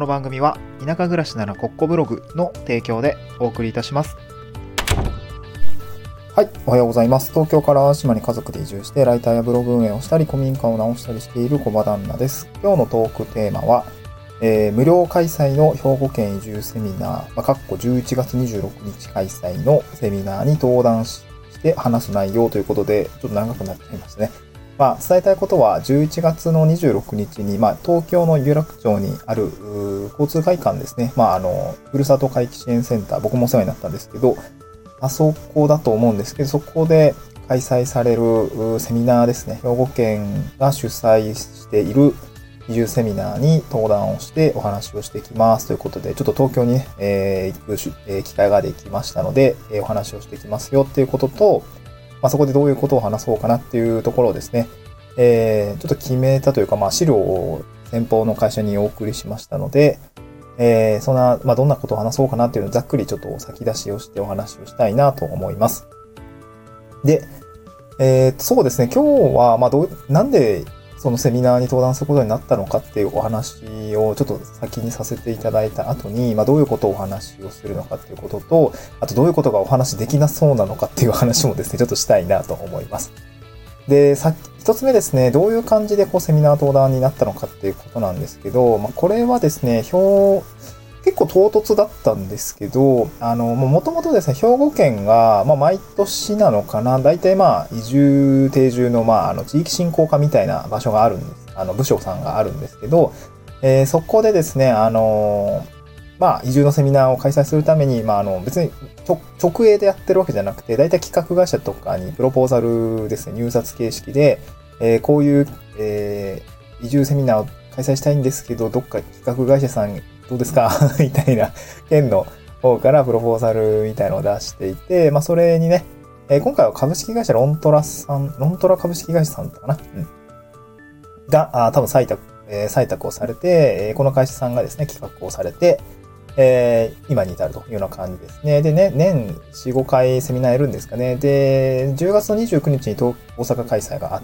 の番組は田舎暮らしならコッコブログの提供でお送りいたします。はい、おはようございます。東京から島に家族で移住してライターやブログ運営をしたり古民家を直したりしている小場旦那です。今日のトークテーマは、無料開催の兵庫県移住セミナー、11月26日開催のセミナーに登壇して話す内容ということで、ちょっと長くなっちゃいますね。伝えたいことは、11月の26日に、東京の有楽町にある、交通会館ですね。ふるさと回帰支援センター、僕もお世話になったんですけど、あそこだと思うんですけど、そこで開催されるセミナーですね。兵庫県が主催している移住セミナーに登壇をしてお話をしていきますということで、ちょっと東京にね、行く機会ができましたので、お話をしていきますよっていうことと、そこでどういうことを話そうかなっていうところをですね、ちょっと決めたというか、資料を先方の会社にお送りしましたので、どんなことを話そうかなっていうのをざっくりちょっと先出しをしてお話をしたいなと思います。で、そうですね、今日は、なんでそのセミナーに登壇することになったのかっていうお話をちょっと先にさせていただいた後に、どういうことをお話をするのかっていうことと、あとどういうことがお話できなそうなのかっていう話もですね、ちょっとしたいなと思います。で、一つ目ですね、どういう感じでセミナー登壇になったのかっていうことなんですけど、これはですね、結構唐突だったんですけど、もともとですね、兵庫県が、毎年なのかな、大体移住定住の、地域振興課みたいな場所があるんです。部署さんがあるんですけど、そこでですね、移住のセミナーを開催するために、別に直営でやってるわけじゃなくて、大体企画会社とかにプロポーザルですね、入札形式で、こういう、移住セミナーを開催したいんですけど、どっか企画会社さんどうですかみたいな、県の方からプロポーザルみたいなのを出していて、それにね、今回は株式会社ロントラ株式会社さんだったかな、が、多分採択をされて、この会社さんがですね、企画をされて、今に至るというような感じですね。でね、年4、5回セミナーやるんですかね。で、10月の29日に大阪開催があって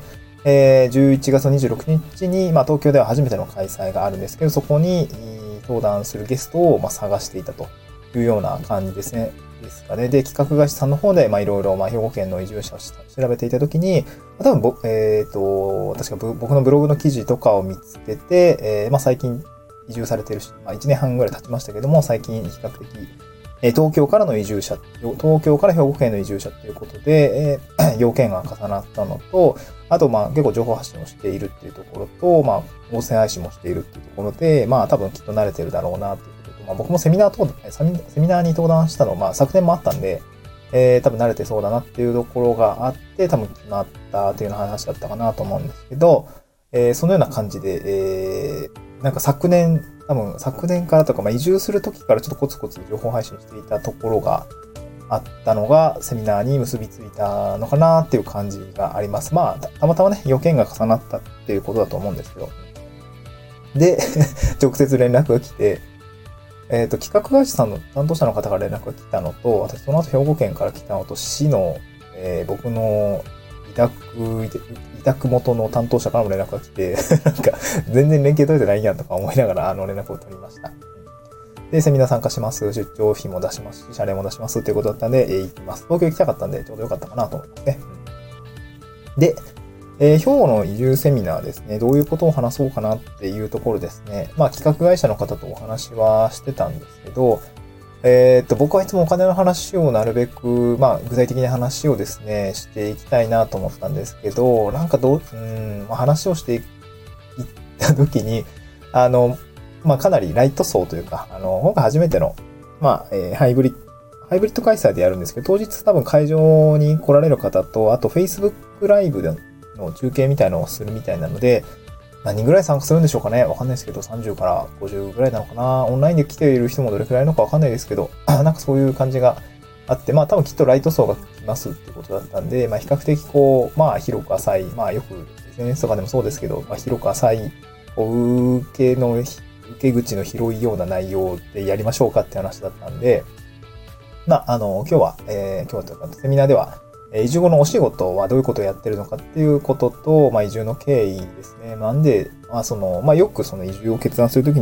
、11月26日に、東京では初めての開催があるんですけど、そこに登壇するゲストを、探していたというような感じですね。ですかね。で、企画会社さんの方で、いろいろ、兵庫県の移住者を調べていたときに、多分確か僕のブログの記事とかを見つけて、最近移住されているし、1年半ぐらい経ちましたけども、最近比較的、東京から兵庫県の移住者ということで、要件が重なったのと、あと、結構情報発信をしているっていうところと、音声配信もしているっていうところで、多分きっと慣れてるだろうなっていうことと、僕もセミナーに登壇したの、昨年もあったんで、多分慣れてそうだなっていうところがあって、多分決まったっていうような話だったかなと思うんですけど、そのような感じで、昨年からとか、移住する時からちょっとコツコツ情報配信していたところがあったのが、セミナーに結びついたのかなっていう感じがあります。たまたまね、要件が重なったっていうことだと思うんですけど。で、直接連絡が来て、企画会社さんの担当者の方から連絡が来たのと、私その後兵庫県から来たのと、市の、僕の委託元の担当者からも連絡が来て、全然連携取れてないやんとか思いながら連絡を取りました。で、セミナー参加します。出張費も出しますし、謝礼も出しますっていうことだったんで、行きます。東京行きたかったんで、ちょうどよかったかなと思いますね。で、兵庫の移住セミナーですね。どういうことを話そうかなっていうところですね。企画会社の方とお話はしてたんですけど、僕はいつもお金の話をなるべく、具体的な話をですね、していきたいなと思ったんですけど、話をしていったときに、かなりライト層というか、今回初めての、ハイブリッド開催でやるんですけど、当日多分会場に来られる方と、あと Facebook ライブの中継みたいなのをするみたいなので、何人ぐらい参加するんでしょうかね。わかんないですけど、30から50ぐらいなのかな。オンラインで来ている人もどれくらいのかわかんないですけど、そういう感じがあって、多分きっとライト層が来ますってことだったんで、比較的広く浅い、よく SNS とかでもそうですけど、広く浅い、受け口の広いような内容でやりましょうかって話だったんで、今日はというか、セミナーでは、移住後のお仕事はどういうことをやってるのかっていうことと、移住の経緯ですね。なんで、よくその移住を決断するときに、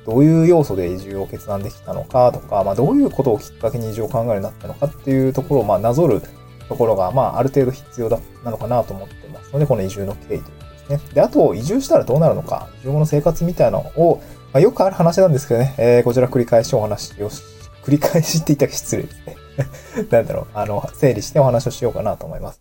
どういう要素で移住を決断できたのかとか、どういうことをきっかけに移住を考えるようになったのかっていうところを、なぞるところが、ある程度必要なのかなと思ってますので、この移住の経緯ということですね。で、あと、移住したらどうなるのか、移住後の生活みたいなのを、よくある話なんですけどね、こちら繰り返しって言ったら失礼ですね。整理してお話をしようかなと思います。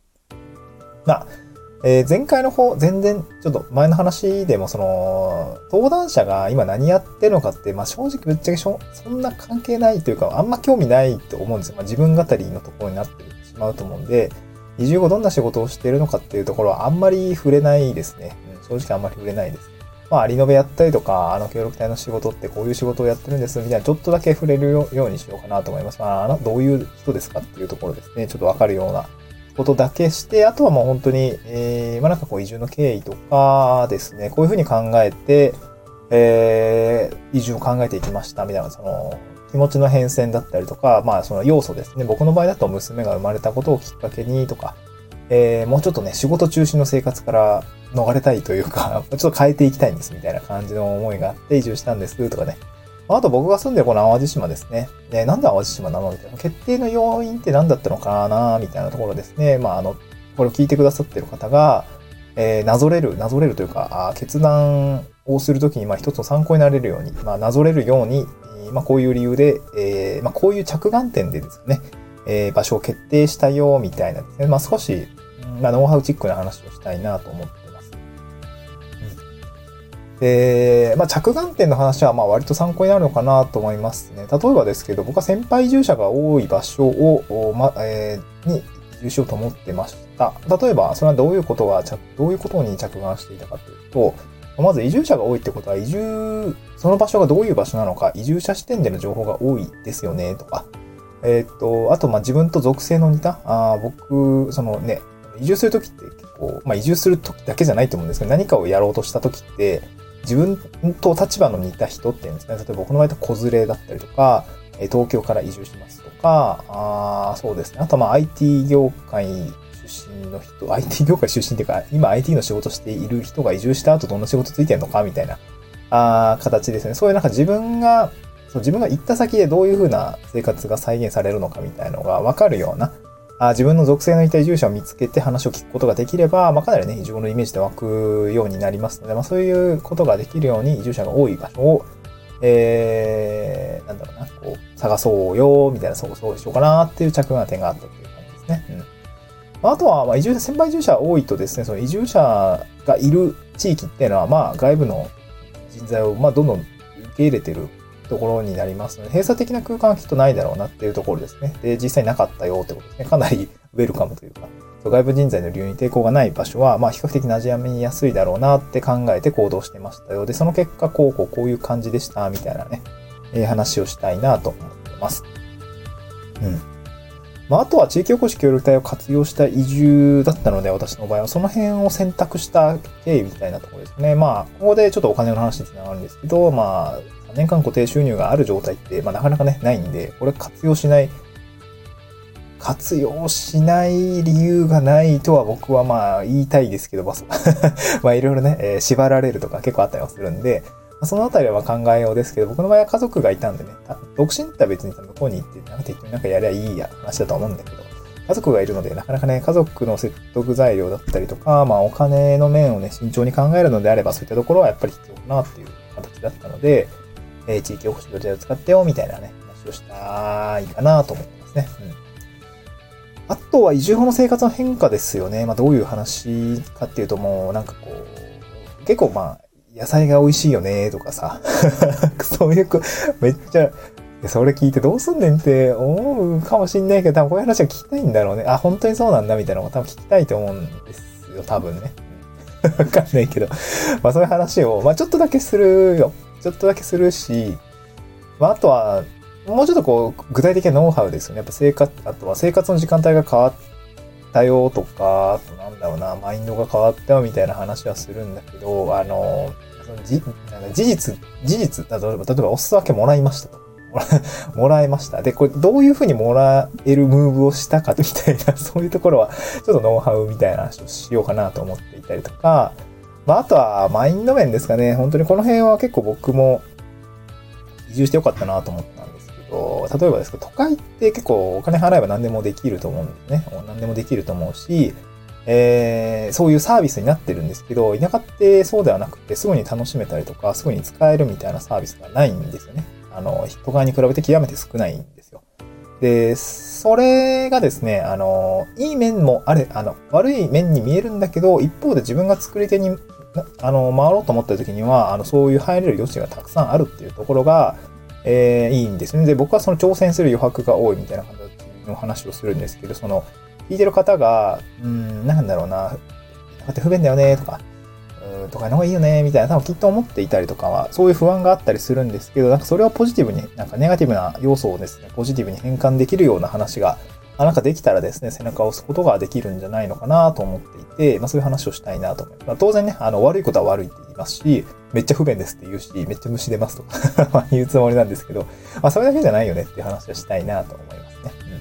前回の方、全然、ちょっと前の話でも、登壇者が今何やってるのかって、正直ぶっちゃけそんな関係ないというか、あんま興味ないと思うんですよ。自分語りのところになってしまうと思うんで、移住後どんな仕事をしているのかっていうところはあんまり触れないですね。正直あんまり触れないです。リノベやったりとか、協力隊の仕事ってこういう仕事をやってるんです、みたいな、ちょっとだけ触れるようにしようかなと思います。どういう人ですかっていうところですね。ちょっとわかるようなことだけして、あとはもう本当に、移住の経緯とかですね、こういうふうに考えて、移住を考えていきました、みたいな、気持ちの変遷だったりとか、その要素ですね。僕の場合だと娘が生まれたことをきっかけにとか、もうちょっとね、仕事中心の生活から逃れたいというか、ちょっと変えていきたいんです、みたいな感じの思いがあって移住したんですとかね。あと僕が住んでるこの淡路島ですね。なんで淡路島なのみたいな。決定の要因って何だったのかなみたいなところですね。これを聞いてくださってる方が、なぞれるというか、決断をするときに、一つの参考になれるように、なぞれるように、こういう理由で、こういう着眼点でですね、場所を決定したよ、みたいなですね。少し、ノウハウチックな話をしたいなと思ってます。で、着眼点の話は割と参考になるのかなと思いますね。例えばですけど、僕は先輩移住者が多い場所を、に移住しようと思ってました。例えば、それはどういうことに着眼していたかというと、まず移住者が多いってことは、その場所がどういう場所なのか、移住者視点での情報が多いですよね、とか。あと、自分と属性の似た、僕、移住するときって結構、移住するときだけじゃないと思うんですけど、何かをやろうとしたときって、自分と立場の似た人っていうんですね。例えば僕の場合だと子連れだったりとか、東京から移住しますとか、そうですね。あとIT 業界出身の人、IT 業界出身っていうか、今 IT の仕事している人が移住した後どんな仕事ついてるのかみたいな、形ですね。そういう自分が行った先でどういう風な生活が再現されるのかみたいなのが分かるような、自分の属性の似た移住者を見つけて話を聞くことができれば、かなりね、移住のイメージで湧くようになりますので、そういうことができるように移住者が多い場所を、探そうよ、みたいな、そうしようかなっていう着眼点があったっていう感じですね。あとは、先輩移住者多いとですね、その移住者がいる地域っていうのは、外部の人材を、どんどん受け入れてるところになりますので、閉鎖的な空間はきっとないだろうなっていうところですね。で、実際なかったよってことですね。かなりウェルカムというか、外部人材の流入に抵抗がない場所は、比較的馴染みやすいだろうなって考えて行動してましたよ。で、その結果、こういう感じでした、みたいなね、話をしたいなと思ってます。あとは地域おこし協力隊を活用した移住だったので、私の場合はその辺を選択した経緯みたいなところですね。ここでちょっとお金の話につながるんですけど、3年間固定収入がある状態って、なかなかね、ないんで、これ活用しない理由がないとは僕は言いたいですけど、いろいろね、縛られるとか結構あったりはするんで、そのあたりは考えようですけど、僕の場合は家族がいたんでね、独身って別に向こうに行って、適当にやりゃいいや話だと思うんだけど、家族がいるので、なかなかね、家族の説得材料だったりとか、お金の面をね、慎重に考えるのであれば、そういったところはやっぱり必要かなっていう形だったので、地域おこし協力隊を使ってよ、みたいなね、話をしたいかなと思ってますね。あとは移住後の生活の変化ですよね。どういう話かっていうと結構野菜が美味しいよねとかさ、そういうめっちゃ、それ聞いてどうすんねんって思うかもしんないけど、多分こういう話は聞きたいんだろうね。本当にそうなんだみたいなのを多分聞きたいと思うんですよ、多分ね。わかんないけど。そういう話を、ちょっとだけするよ。ちょっとだけするし、あとは、もうちょっと具体的なノウハウですよね。やっぱあとは生活の時間帯が変わったよとか、あとマインドが変わったよみたいな話はするんだけど、事実、例えばお裾分けもらいましたと。もらいました。で、これどういうふうにもらえるムーブをしたかみたいな、そういうところは、ちょっとノウハウみたいな話をしようかなと思っていたりとか、あとはマインド面ですかね。本当にこの辺は結構僕も、 移住してよかったなと思ったんですけど、例えばですけど、都会って結構お金払えば何でもできると思うんですね。何でもできると思うし、そういうサービスになってるんですけど、田舎ってそうではなくて、すぐに楽しめたりとか、すぐに使えるみたいなサービスがないんですよね。都会に比べて極めて少ないんですよ。で、それがですね、いい面も悪い面に見えるんだけど、一方で自分が作り手に、回ろうと思った時には、そういう入れる余地がたくさんあるっていうところが、いいんですね。で、僕はその挑戦する余白が多いみたいな形の話をするんですけど、聞いてる方が、なんだろうな、だって不便だよね、とか、都会の方がいいよね、みたいな、多分きっと思っていたりとかは、そういう不安があったりするんですけど、なんかそれをポジティブに、なんかネガティブな要素をですね、ポジティブに変換できるような話が、なんかできたらですね、背中を押すことができるんじゃないのかなと思っていて、そういう話をしたいなと思います。当然ね、悪いことは悪いって言いますし、めっちゃ不便ですって言うし、めっちゃ虫出ますとか言うつもりなんですけど、それだけじゃないよねっていう話をしたいなと思いますね。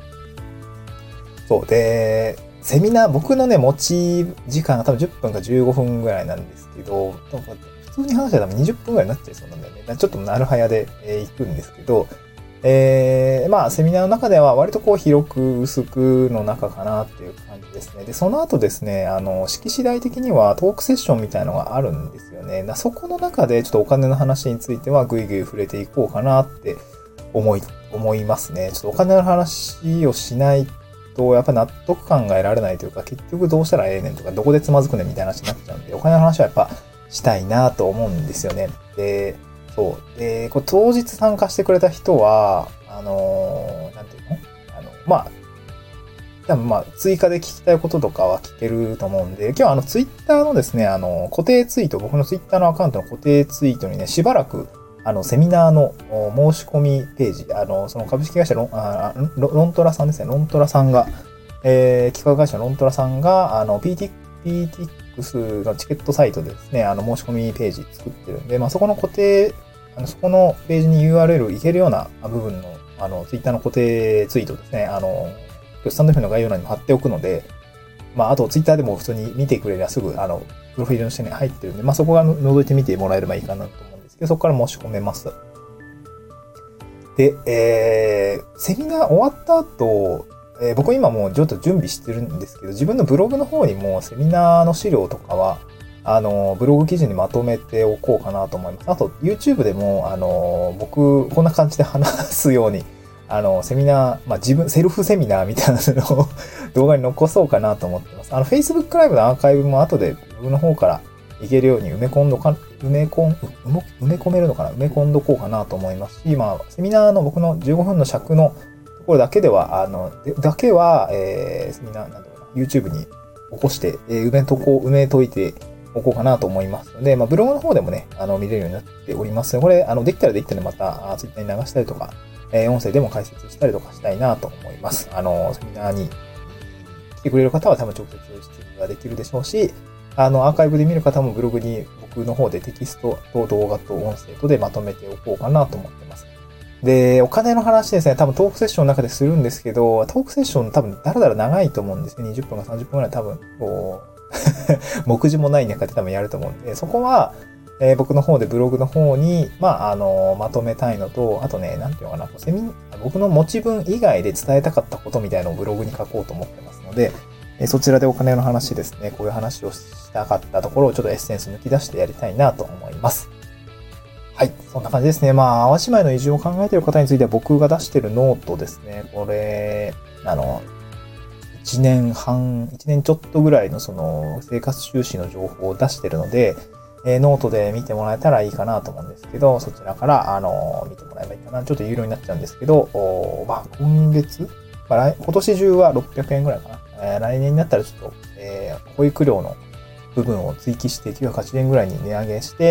そう。で、セミナー、僕のね、持ち時間が多分10分か15分ぐらいなんですけど、普通に話したら多分20分ぐらいになっちゃいそうなんだよね。ちょっとなるはやで、行くんですけど、セミナーの中では割と広く薄くの中かなっていう感じですね。で、その後ですね、式次第的にはトークセッションみたいのがあるんですよね。そこの中でちょっとお金の話についてはぐいぐい触れていこうかなって思いますね。ちょっとお金の話をしないと、やっぱ納得感が得られないというか、結局どうしたらええねんとか、どこでつまずくねんみたいな話になっちゃうんで、お金の話はやっぱしたいなと思うんですよね。で、そう。で、当日参加してくれた人は、なんていうの多分追加で聞きたいこととかは聞けると思うんで、今日はツイッターのですね、固定ツイート、僕のツイッターのアカウントの固定ツイートにね、しばらく、セミナーの申し込みページ、その株式会社ロントラさんですね、ロントラさんが、企画会社ロントラさんが、PTX のチケットサイトでですね、申し込みページ作ってるんで、そこの固定、そこのページに URL いけるような部分の、ツイッターの固定ツイートですね、スタンド F の概要欄にも貼っておくので、あとツイッターでも普通に見てくれればすぐ、プロフィールの下に入ってるんで、そこが覗いてみてもらえればいいかなと思うんですけど、そこから申し込めます。で、セミナー終わった後、僕今もうちょっと準備してるんですけど、自分のブログの方にもセミナーの資料とかは、ブログ記事にまとめておこうかなと思います。あと、YouTube でも、僕、こんな感じで話すように、セミナー、セルフセミナーみたいなのを動画に残そうかなと思ってます。Facebook ライブのアーカイブも後でブログの方からいけるように埋め込んどこうかなと思いますし、セミナーの僕の15分の尺のところだけでは、セミナー、YouTube に起こして、埋めといておこうかなと思いますので、ブログの方でもね、見れるようになっております。これ、できたらできたらまた、Twitter に流したりとか、音声でも解説したりとかしたいなと思います。セミナーに来てくれる方は多分直接質問ができるでしょうし、アーカイブで見る方もブログに僕の方でテキストと動画と音声とでまとめておこうかなと思ってます。で、お金の話ですね、多分トークセッションの中でするんですけど、トークセッション多分だらだら長いと思うんですね。20分か30分くらい多分、目次もない中で多分やると思うんで、そこは、僕の方でブログの方に、まとめたいのと、あとね、なんていうのかな、僕の持ち分以外で伝えたかったことみたいなのをブログに書こうと思ってますので、そちらでお金の話ですね、こういう話をしたかったところをちょっとエッセンス抜き出してやりたいなと思います。はい。そんな感じですね。淡路島への移住を考えている方については僕が出しているノートですね。これ、1年ちょっとぐらいのその生活収支の情報を出しているので、ノートで見てもらえたらいいかなと思うんですけど、そちらから、見てもらえばいいかな。ちょっと有料になっちゃうんですけど、今年中は600円ぐらいかな。来年になったらちょっと、保育料の部分を追記して980円ぐらいに値上げして、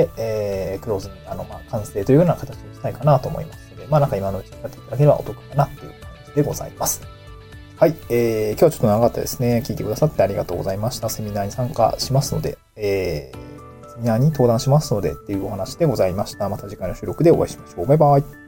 クローズに、完成というような形にしたいかなと思いますので、今のうちに買っていただければお得かなっていう感じでございます。はい。今日はちょっと長かったですね。聞いてくださってありがとうございました。セミナーに参加しますので、セミナーに登壇しますのでっていうお話でございました。また次回の収録でお会いしましょう。バイバイ。